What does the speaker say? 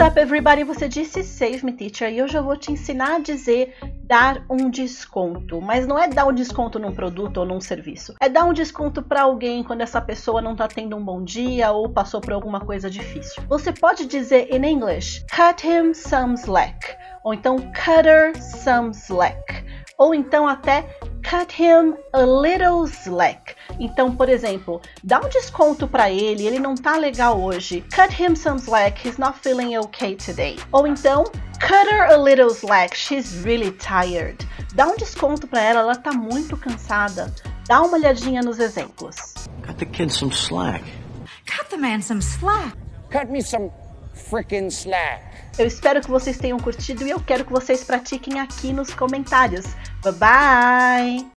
up, everybody? Você disse Save Me Teacher e hoje eu vou te ensinar a dizer dar um desconto. Mas não é dar um desconto num produto ou num serviço. É dar um desconto para alguém quando essa pessoa não tá tendo um bom dia ou passou por alguma coisa difícil. Você pode dizer in English, cut him some slack. Ou então cut her some slack. Ou então até cut him a little slack. Então, por exemplo, dá um desconto para ele não tá legal hoje. Cut him some slack, he's not feeling okay today. Ou então, cut her a little slack, she's really tired. Dá um desconto para ela tá muito cansada. Dá uma olhadinha nos exemplos. Cut the kid some slack. Cut the man some slack. Cut me some frickin' slack. Eu espero que vocês tenham curtido e eu quero que vocês pratiquem aqui nos comentários. Bye bye!